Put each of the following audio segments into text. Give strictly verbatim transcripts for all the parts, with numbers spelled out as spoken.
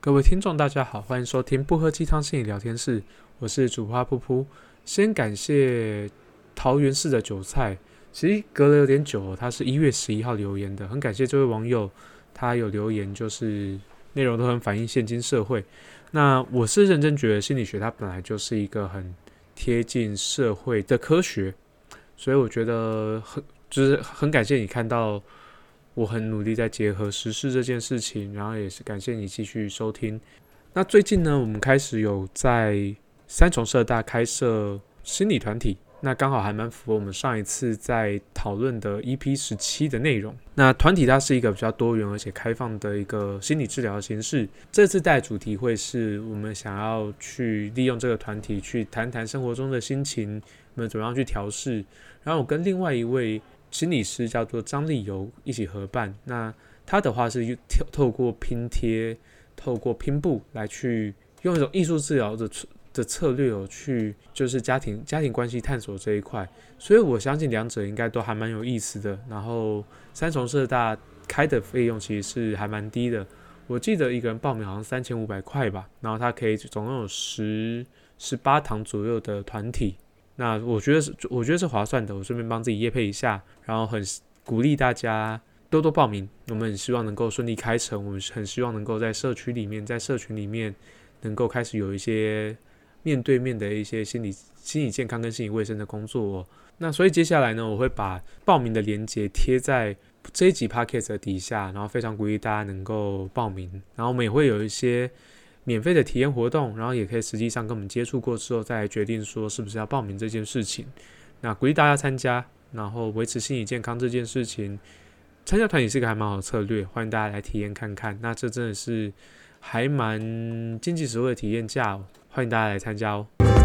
各位听众大家好，欢迎收听不喝鸡汤心理聊天室，我是主播噗噗。先感谢桃园市的韭菜，其实隔了有点久，他是一月十一号留言的，很感谢这位网友，他有留言，就是内容都很反映现今社会。那我是认真觉得心理学它本来就是一个很贴近社会的科学，所以我觉得很就是很感谢你看到我很努力在结合时事这件事情，然后也是感谢你继续收听。那最近呢，我们开始有在三重社大开设心理团体，那刚好还蛮符合我们上一次在讨论的 E P 十七 的内容。那团体它是一个比较多元而且开放的一个心理治疗的形式。这次带主题会是我们想要去利用这个团体去谈谈生活中的心情，我们怎么样去调试。然后我跟另外一位心理师叫做张立游一起合办，那他的话是透过拼贴、透过拼布来去用一种艺术治疗的的策略哦，去就是家庭家庭关系探索这一块，所以我相信两者应该都还蛮有意思的。然后三重社大开的费用其实是还蛮低的，我记得一个人报名好像三千五百块吧，然后他可以总共有十十八堂左右的团体。那我觉得是，我觉得是划算的。我顺便帮自己业配一下，然后很鼓励大家多多报名。我们很希望能够顺利开成，我们很希望能够在社区里面，在社群里面能够开始有一些面对面的一些心理心理健康跟心理卫生的工作哦。那所以接下来呢，我会把报名的连结贴在这一集 Podcast 的底下，然后非常鼓励大家能够报名。然后我们也会有一些免费的体验活动，然后也可以实际上跟我们接触过之后再来决定说是不是要报名这件事情。那鼓励大家参加，然后维持心理健康这件事情，参加团体是一个还蛮好的策略，欢迎大家来体验看看。那这真的是还蛮经济实惠的体验价哦，欢迎大家来参加哦。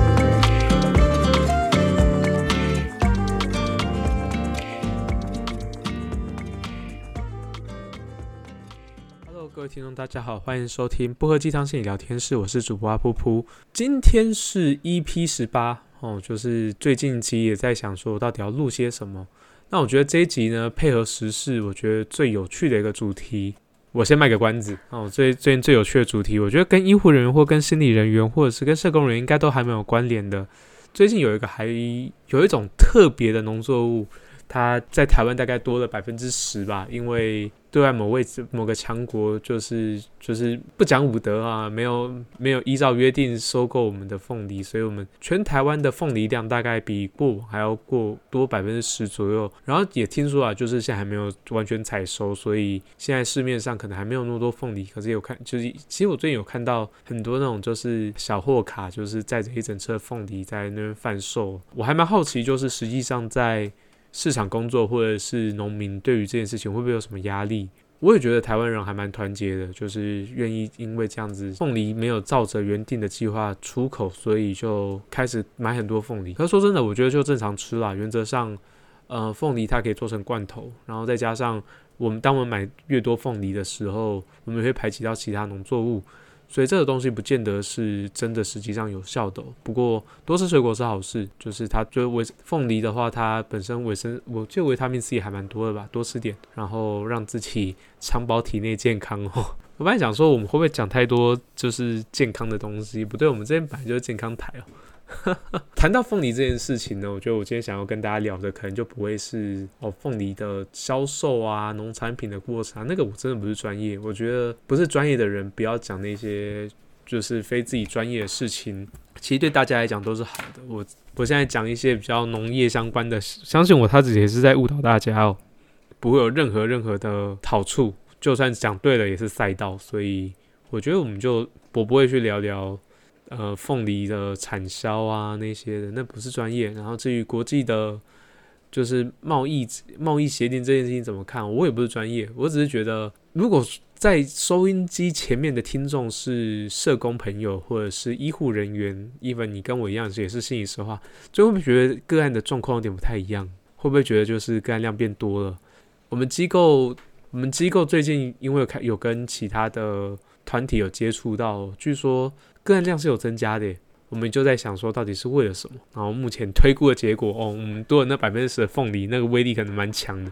各位听众大家好，欢迎收听不喝鸡汤心理聊天室，我是主播阿噗噗。今天是 E P 十八、哦、就是最近期也在想说我到底要录些什么。那我觉得这一集呢，配合时事，我觉得最有趣的一个主题，我先卖个关子、哦、最最近最有趣的主题，我觉得跟医护人员或跟心理人员或者是跟社工人员应该都还没有关联的。最近有一个还有一种特别的农作物，它在台湾大概多了百分之十吧，因为对外某位某个强国就是就是不讲武德啊，没有没有依照约定收购我们的凤梨，所以我们全台湾的凤梨量大概比过往还要过多百分之十左右。然后也听说啊，就是现在还没有完全采收，所以现在市面上可能还没有那么多凤梨。可是有看，就是其实我最近有看到很多那种就是小货卡，就是载着一整车凤梨在那边贩售。我还蛮好奇，就是实际上在市场工作或者是农民对于这件事情会不会有什么压力？我也觉得台湾人还蛮团结的，就是愿意因为这样子凤梨没有照着原定的计划出口，所以就开始买很多凤梨。可是说真的，我觉得就正常吃啦，原则上呃，凤梨它可以做成罐头，然后再加上我们当我们买越多凤梨的时候，我们也会排挤到其他农作物，所以这个东西不见得是真的实际上有效的、哦、不过多吃水果是好事，就是它就凤梨的话，它本身维生，我记得维他命 C 还蛮多的吧，多吃点，然后让自己长保体内健康哦。我本来想说我们会不会讲太多就是健康的东西，不对，我们这边本来就是健康台哦。谈到凤梨这件事情呢，我觉得我今天想要跟大家聊的可能就不会是哦凤梨的销售啊、农产品的过程啊，那个我真的不是专业，我觉得不是专业的人不要讲那些就是非自己专业的事情，其实对大家来讲都是好的。我我现在讲一些比较农业相关的，相信我，他自己也是在误导大家哦，不会有任何任何的好处，就算讲对了也是赛道，所以我觉得我们就我不会去聊聊。呃，凤梨的产销啊那些的，那不是专业。然后至于国际的，就是贸易贸易协定这件事情怎么看，我也不是专业。我只是觉得，如果在收音机前面的听众是社工朋友或者是医护人员 ，even 你跟我一样也是心理师的话，最后会不会觉得个案的状况有点不太一样？会不会觉得就是个案量变多了？我们机构，我们机构最近因为 有, 有跟其他的团体有接触到，据说个案量是有增加的耶，我们就在想说到底是为了什么。然后目前推估的结果，哦，我们多了那百分之十的凤梨，那个威力可能蛮强的。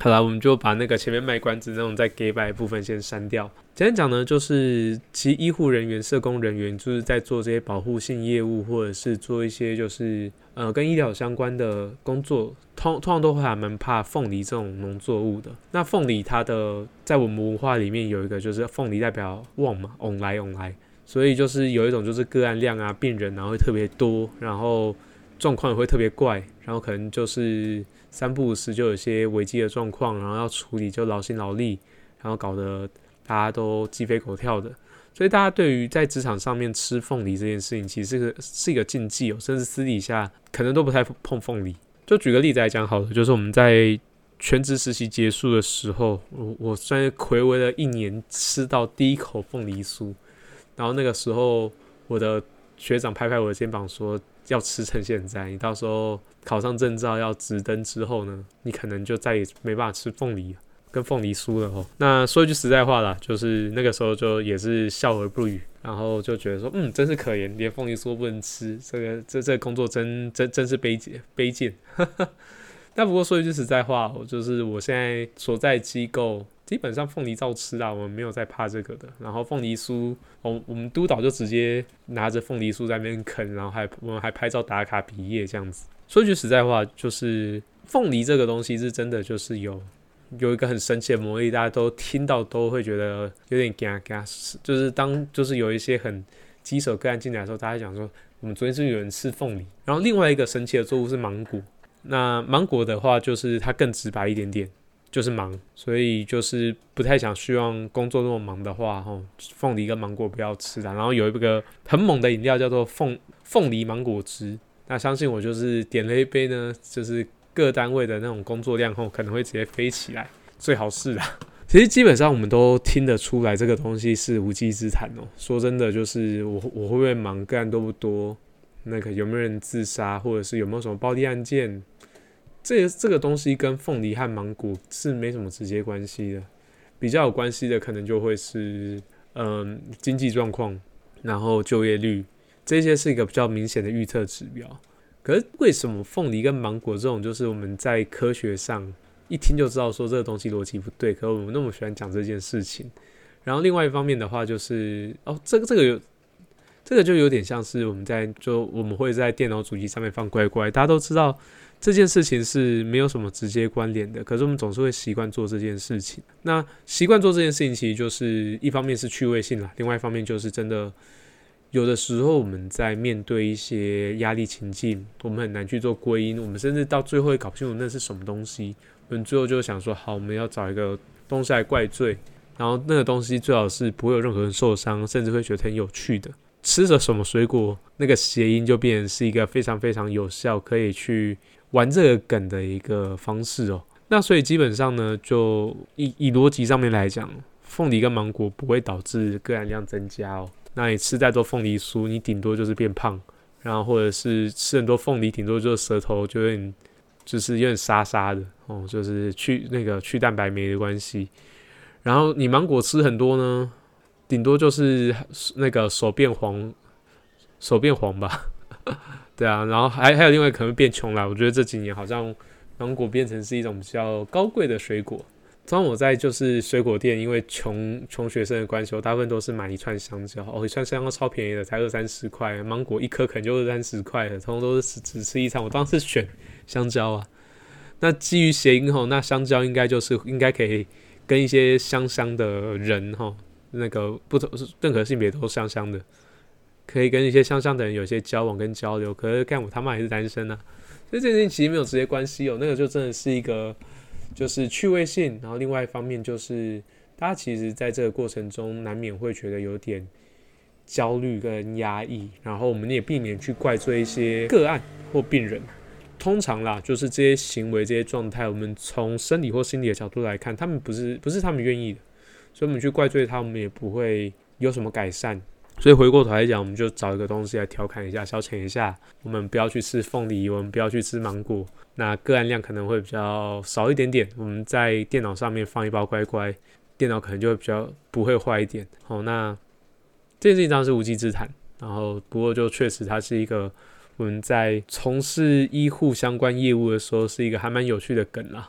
好啦，我们就把那个前面卖关子那种在给白的部分先删掉。简单讲呢，就是其实医护人员、社工人员就是在做这些保护性业务，或者是做一些就是呃跟医疗相关的工作，通通常都会还蛮怕凤梨这种农作物的。那凤梨它的在我们文化里面有一个就是凤梨代表旺嘛，翁来翁来，所以就是有一种就是个案量啊、病人然后会特别多，然后状况也会特别怪，然后可能就是三不五时就有些危机的状况，然后要处理就劳心劳力，然后搞得大家都鸡飞狗跳的。所以大家对于在职场上面吃凤梨这件事情，其实是个是一个禁忌哦，甚至私底下可能都不太碰凤梨。就举个例子来讲好了，就是我们在全职实习结束的时候，我我算是睽违了一年吃到第一口凤梨酥，然后那个时候我的学长拍拍我的肩膀说，要吃趁现在，你到时候考上证照要直登之后呢，你可能就再也没办法吃凤梨跟凤梨酥了哦。那说一句实在话啦，就是那个时候就也是笑而不语，然后就觉得说，嗯，真是可怜，连凤梨酥都不能吃，这个这这个工作真真真是卑贱卑贱。但不过说一句实在话，就是我现在所在机构基本上凤梨照吃啦，我们没有在怕这个的。然后凤梨酥，我我们督导就直接拿着凤梨酥在那边啃，然后还我们还拍照打卡毕业这样子。说一句实在话，就是凤梨这个东西是真的就是有有一个很神奇的魔力，大家都听到都会觉得有点怕怕，就是当就是有一些很棘手个案进来的时候，大家讲说我们昨天是不是有人吃凤梨。然后另外一个神奇的作物是芒果。那芒果的话，就是它更直白一点点，就是忙，所以就是不太想希望工作那么忙的话，凤梨跟芒果不要吃啦。然后有一个很猛的饮料叫做凤凤梨芒果汁，那相信我就是点了一杯呢，就是各单位的那种工作量后可能会直接飞起来，最好是啦。其实基本上我们都听得出来，这个东西是无稽之谈哦。说真的，就是我我会不会忙，个案多不多？那个有没有人自杀，或者是有没有什么暴力案件？这个这个东西跟凤梨和芒果是没什么直接关系的，比较有关系的可能就会是嗯经济状况，然后就业率，这些是一个比较明显的预测指标。可是为什么凤梨跟芒果这种就是我们在科学上一听就知道说这个东西逻辑不对，可是我们那么喜欢讲这件事情？然后另外一方面的话就是哦这个这个有。这个就有点像是我们在就我们会在电脑主机上面放乖乖，大家都知道这件事情是没有什么直接关联的，可是我们总是会习惯做这件事情。那习惯做这件事情，其实就是一方面是趣味性啦，另外一方面就是真的有的时候我们在面对一些压力情境，我们很难去做归因，我们甚至到最后也搞不清楚那是什么东西，我们最后就想说，好，我们要找一个东西来怪罪，然后那个东西最好是不会有任何人受伤，甚至会觉得很有趣的。吃着什么水果，那个谐音就变成是一个非常非常有效，可以去玩这个梗的一个方式哦。那所以基本上呢，就以以逻辑上面来讲，凤梨跟芒果不会导致个案量增加哦。那你吃再多凤梨酥，你顶多就是变胖，然后或者是吃很多凤梨，顶多就是舌头就有点就是有点沙沙的哦，就是去那个去蛋白酶的关系。然后你芒果吃很多呢，顶多就是那个手变黄，手变黄吧，对啊，然后还还有另外可能变穷啦。我觉得这几年好像芒果变成是一种比较高贵的水果。通常我在就是水果店，因为穷穷学生的关系，我大部分都是买一串香蕉，哦，一串香蕉超便宜的，才二三十块，芒果一颗可能就二三十块的，通常都是只吃一餐。我当时选香蕉啊，那基于谐音吼，那香蕉应该就是应该可以跟一些香香的人吼。那个不同任何性别都香香的，可以跟一些香香的人有些交往跟交流。可是干我他妈还是单身啊，所以这件事情其实没有直接关系哦。那个就真的是一个就是趣味性，然后另外一方面就是大家其实在这个过程中难免会觉得有点焦虑跟压抑，然后我们也避免去怪罪一些个案或病人。通常啦，就是这些行为、这些状态，我们从生理或心理的角度来看，他们不是不是他们愿意的。所以我们去怪罪他，我们也不会有什么改善。所以回过头来讲，我们就找一个东西来调侃一下、消遣一下。我们不要去吃凤梨，我们不要去吃芒果。那个案量可能会比较少一点点。我们在电脑上面放一包乖乖，电脑可能就会比较不会坏一点。好，那这件事情当然是无稽之谈。然后不过就确实它是一个我们在从事医护相关业务的时候是一个还蛮有趣的梗啦。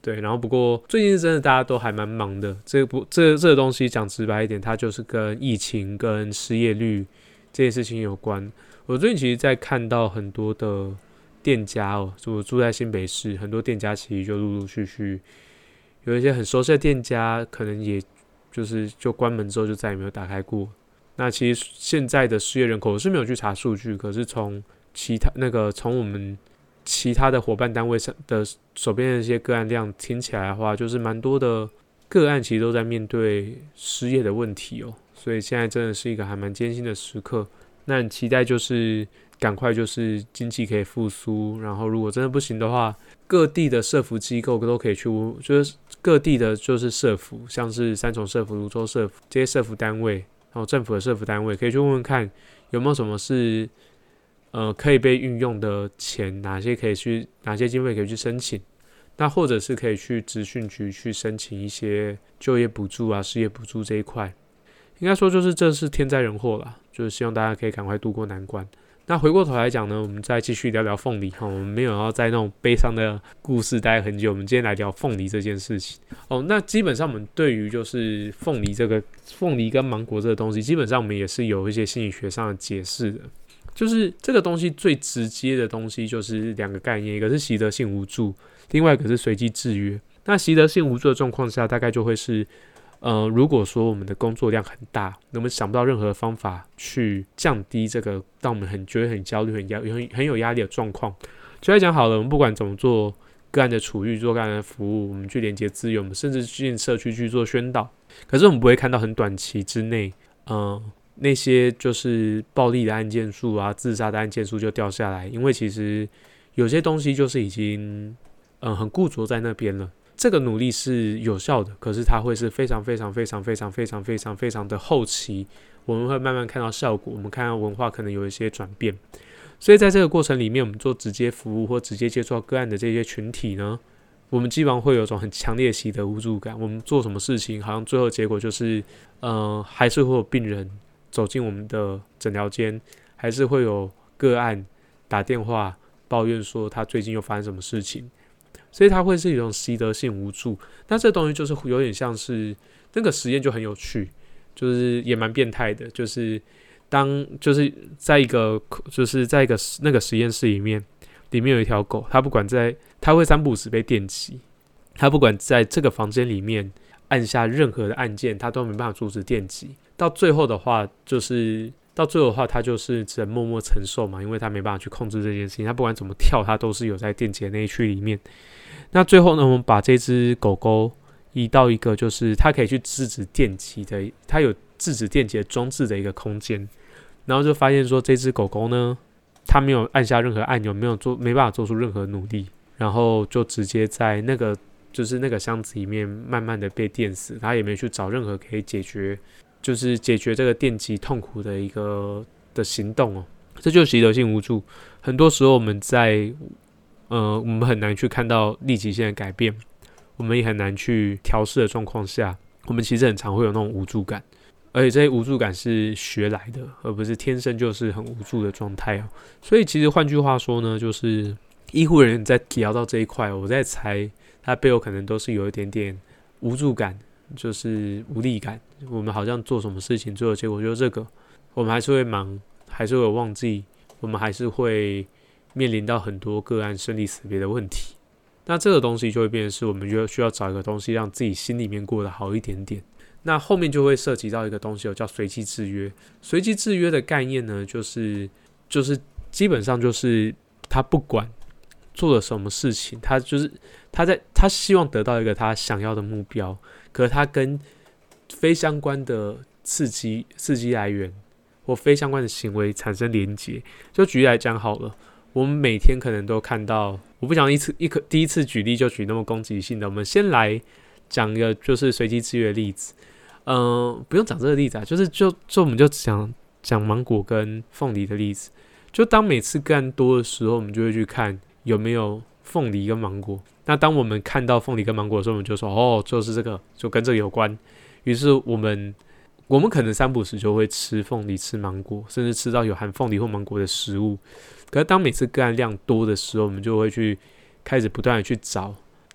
对，然后不过最近是真的大家都还蛮忙的，这个不这这个东西讲直白一点，它就是跟疫情跟失业率这件事情有关。我最近其实在看到很多的店家哦，我住在新北市，很多店家其实就陆陆续续有一些很熟悉的店家，可能也就是就关门之后就再也没有打开过。那其实现在的失业人口我是没有去查数据，可是从其他那个从我们其他的伙伴单位上的手边的一些个案量听起来的话，就是蛮多的个案其实都在面对失业的问题哦，所以现在真的是一个还蛮艰辛的时刻。那很期待就是赶快就是经济可以复苏，然后如果真的不行的话，各地的社福机构都可以去，就是各地的就是社福，像是三重社福、泸州社福这些社福单位，然后政府的社福单位可以去问问看有没有什么是呃可以被运用的钱，哪些可以去哪些经费可以去申请，那或者是可以去职训局去申请一些就业补助啊、失业补助这一块。应该说就是这是天灾人祸啦，就是希望大家可以赶快渡过难关。那回过头来讲呢，我们再继续聊聊凤梨。我们没有要在那种悲伤的故事待很久，我们今天来聊凤梨这件事情。哦，那基本上我们对于就是凤梨这个凤梨跟芒果这个东西，基本上我们也是有一些心理学上的解释的。就是这个东西最直接的东西就是两个概念，一个是习得性无助，另外一个是随机制约。那习得性无助的状况下，大概就会是呃，如果说我们的工作量很大，我们想不到任何方法去降低这个让我们很觉得很焦虑、很压很很有压力的状况。就来讲好了，我们不管怎么做个案的处遇、做个案的服务，我们去连接资源，我们甚至进社区去做宣导，可是我们不会看到很短期之内，呃，那些就是暴力的案件数啊、自杀的案件数就掉下来，因为其实有些东西就是已经呃很固着在那边了。这个努力是有效的，可是它会是非常非常非常非常非常非常非常的后期，我们会慢慢看到效果，我们看到文化可能有一些转变。所以在这个过程里面，我们做直接服务或直接接触到个案的这些群体呢，我们基本上会有一种很强烈的习得无助感。我们做什么事情，好像最后结果就是，呃，还是会有病人走进我们的诊疗间，还是会有个案打电话抱怨说他最近又发生什么事情。所以它会是一种习得性无助。那这东西就是有点像是那个实验就很有趣，就是也蛮变态的。就是当就是在一个就是在一个那个实验室里面，里面有一条狗，它不管在它会三不五时被电击，它不管在这个房间里面按下任何的按键，它都没办法阻止电击。到最后的话，就是到最后的话，它就是只能默默承受嘛，因为它没办法去控制这件事情。它不管怎么跳，它都是有在电击的那一区里面。那最后呢，我们把这只狗狗移到一个就是它可以去制止电击的，它有制止电击的装置的一个空间，然后就发现说这只狗狗呢，它没有按下任何按钮，没有做没办法做出任何努力，然后就直接在那个就是那个箱子里面慢慢的被电死，它也没去找任何可以解决就是解决这个电击痛苦的一个的行动哦。这就是习得性无助。很多时候我们在呃，我们很难去看到立即性的改变，我们也很难去调试的状况下，我们其实很常会有那种无助感，而且这些无助感是学来的，而不是天生就是很无助的状态哦。所以其实换句话说呢，就是医护人员在聊到这一块，我在猜他背后可能都是有一点点无助感，就是无力感。我们好像做什么事情，最后结果就是这个，我们还是会忙，还是会有忘记，我们还是会面临到很多个案生离死别的问题。那这个东西就会变成是我们就需要找一个东西让自己心里面过得好一点点。那后面就会涉及到一个东西叫随机制约。随机制约的概念呢，就是就是基本上就是他不管做了什么事情，他就是他在他希望得到一个他想要的目标，可是他跟非相关的刺激刺激来源或非相关的行为产生连结。就举例来讲好了，我们每天可能都看到，我不想一次一个第一次举例就举那么攻击性的，我们先来讲一个就是随机制约的例子。嗯、呃，不用讲这个例子啊，就是就就我们就讲讲芒果跟凤梨的例子。就当每次个案多的时候，我们就会去看有没有凤梨跟芒果。那当我们看到凤梨跟芒果的时候，我们就说哦，就是这个，就跟这个有关。于是我们我们可能三不时就会吃凤梨、吃芒果，甚至吃到有含凤梨或芒果的食物。可是当每次个案量多的时候，我们就会去开始不断的去找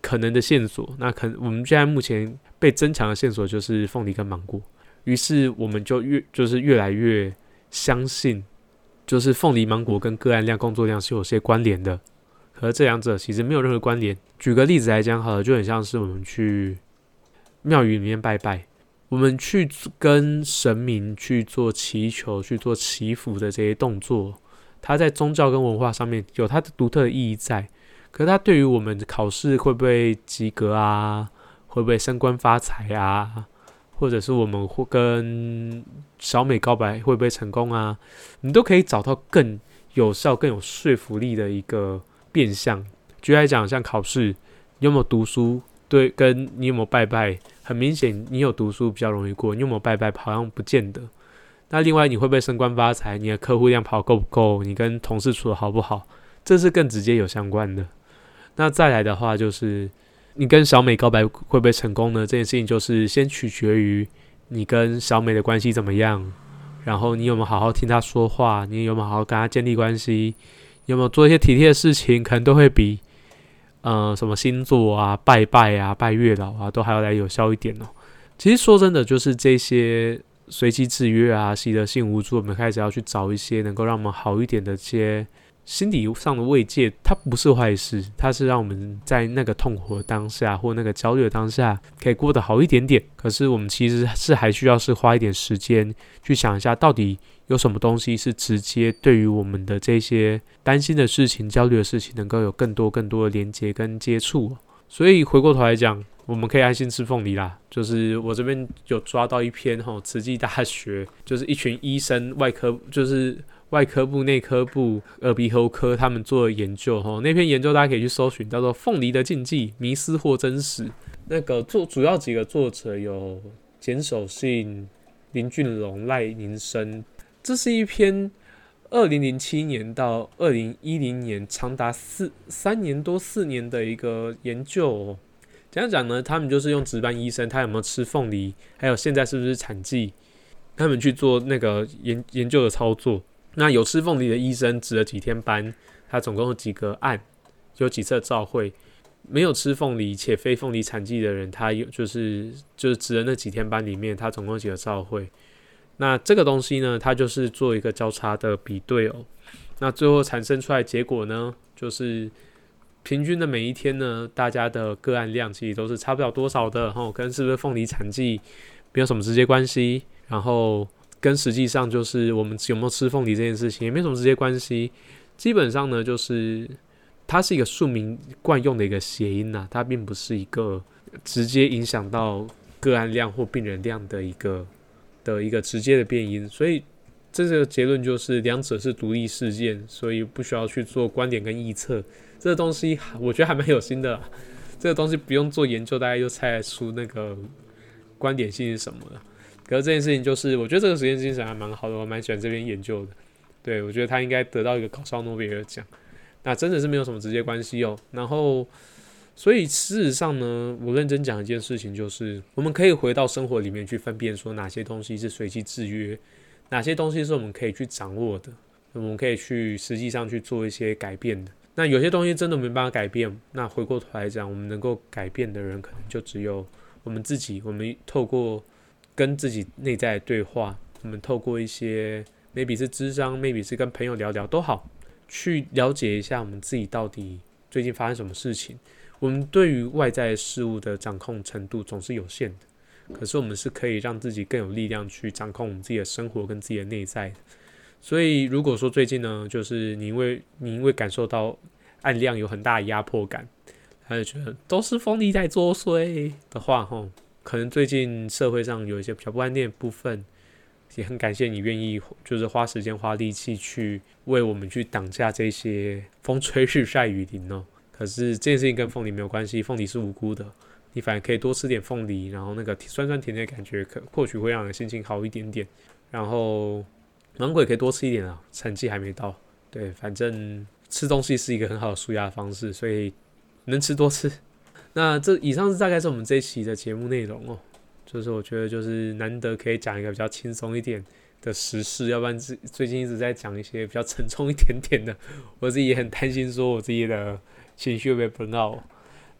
可能的线索。那可能我们现在目前被增强的线索就是凤梨跟芒果，于是我们就越就是越来越相信，就是凤梨、芒果跟个案量、工作量是有些关联的。可是这两者其实没有任何关联。举个例子来讲好了，就很像是我们去庙宇里面拜拜，我们去跟神明去做祈求、去做祈福的这些动作，它在宗教跟文化上面有它的独特的意义在。可是它对于我们考试会不会及格啊，会不会升官发财啊，或者是我们会跟小美告白会不会成功啊，你都可以找到更有效、更有说服力的一个变相。举例来讲，像考试，你有没有读书，对，跟你有没有拜拜，很明显你有读书比较容易过，你有没有拜拜好像不见得。那另外你会不会升官发财，你的客户量跑够不够，你跟同事处的好不好，这是更直接有相关的。那再来的话就是你跟小美告白会不会成功呢？这件事情就是先取决于你跟小美的关系怎么样，然后你有没有好好听她说话，你有没有好好跟她建立关系，有没有做一些体贴的事情，可能都会比呃什么星座啊、拜拜啊、拜月老啊都还要来有效一点哦。其实说真的，就是这些随机制约啊、习得性无助，我们开始要去找一些能够让我们好一点的这些心理上的慰藉，它不是坏事，它是让我们在那个痛苦的当下或那个焦虑的当下可以过得好一点点。可是我们其实是还需要是花一点时间去想一下，到底有什么东西是直接对于我们的这些担心的事情、焦虑的事情能够有更多更多的连接跟接触。所以回过头来讲，我们可以安心吃凤梨啦。就是我这边有抓到一篇吼，慈济大学就是一群医生、外科就是外科部、内科部、耳鼻喉科他们做的研究吼，那篇研究大家可以去搜寻，叫做《凤梨的禁忌：迷思或真实》。那个做主要几个作者有简守信、林俊龙、赖宁生。这是一篇二零零七年到二零一零年长达四三年多四年的一个研究哦。怎样讲呢？他们就是用值班医生他有没有吃凤梨，还有现在是不是产季，他们去做那个 研, 研究的操作。那有吃凤梨的医生值了几天班，他总共有几个案，有几次照会。没有吃凤梨且非凤梨产季的人，他有就是就是值了那几天班里面，他总共有几个照会。那这个东西呢，它就是做一个交叉的比对哦。那最后产生出来的结果呢，就是平均的每一天呢，大家的个案量其实都是差不了多少的，吼，跟是不是凤梨产季没有什么直接关系。然后跟实际上就是我们有没有吃凤梨这件事情也没什么直接关系。基本上呢，就是它是一个庶民惯用的一个谐音啊，它并不是一个直接影响到个案量或病人量的一个的一个直接的变因。所以这个结论就是两者是独立事件，所以不需要去做观点跟臆测。这个东西我觉得还蛮有心的啦，这个东西不用做研究，大家就猜得出那个观点性是什么了。可是这件事情就是，我觉得这个实验精神还蛮好的，我蛮喜欢这边研究的。对，我觉得他应该得到一个搞笑诺贝尔奖。那真的是没有什么直接关系哦。然后，所以事实上呢，我认真讲一件事情，就是我们可以回到生活里面去分辨，说哪些东西是随机制约，哪些东西是我们可以去掌握的，我们可以去实际上去做一些改变的。那有些东西真的没办法改变，那回过头来讲，我们能够改变的人可能就只有我们自己。我们透过跟自己内在的对话，我们透过一些 maybe 是諮商 maybe 是跟朋友聊聊都好，去了解一下我们自己到底最近发生什么事情。我们对于外在事物的掌控程度总是有限的，可是我们是可以让自己更有力量去掌控我们自己的生活跟自己的内在的。所以如果说最近呢，就是你因为你因为感受到案量有很大的压迫感，他就觉得都是凤梨在作祟的话，吼，可能最近社会上有一些比较不安定的部分，也很感谢你愿意就是花时间花力气去为我们去挡下这些风吹日晒雨淋哦。可是这件事情跟凤梨没有关系，凤梨是无辜的，你反而可以多吃点凤梨，然后那个酸酸甜甜的感觉可或许会让人心情好一点点。然后芒果也可以多吃一点啊，成绩还没到。对，反正吃东西是一个很好的抒压的方式，所以能吃多吃。那这以上是大概是我们这一期的节目内容哦，就是我觉得就是难得可以讲一个比较轻松一点的时事，要不然最近一直在讲一些比较沉重一点点的，我自己也很担心说我自己的情绪会被 burn out。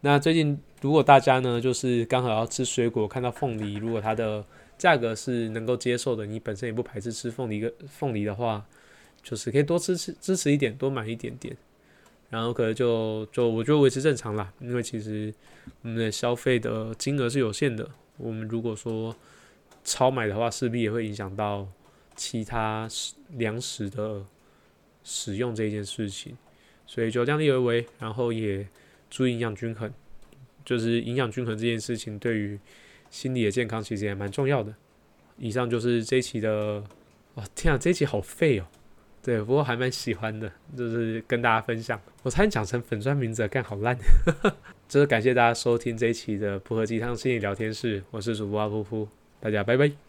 那最近如果大家呢，就是刚好要吃水果，看到凤梨，如果它的价格是能够接受的，你本身也不排斥吃凤梨凤梨的话，就是可以多支持支持一点，多买一点点，然后可能就就我觉得维持正常啦，因为其实我们的消费的金额是有限的，我们如果说超买的话，势必也会影响到其他粮食的使用这件事情，所以就量力而为，然后也注意营养均衡，就是营养均衡这件事情对于心理的健康其实也蛮重要的。以上就是这一期的，哇天啊，这一期好废哦。对，不过还蛮喜欢的，就是跟大家分享。我差点讲成粉专名字，干好烂。就是感谢大家收听这一期的不喝鸡汤心理聊天室，我是主播阿噗噗，大家拜拜。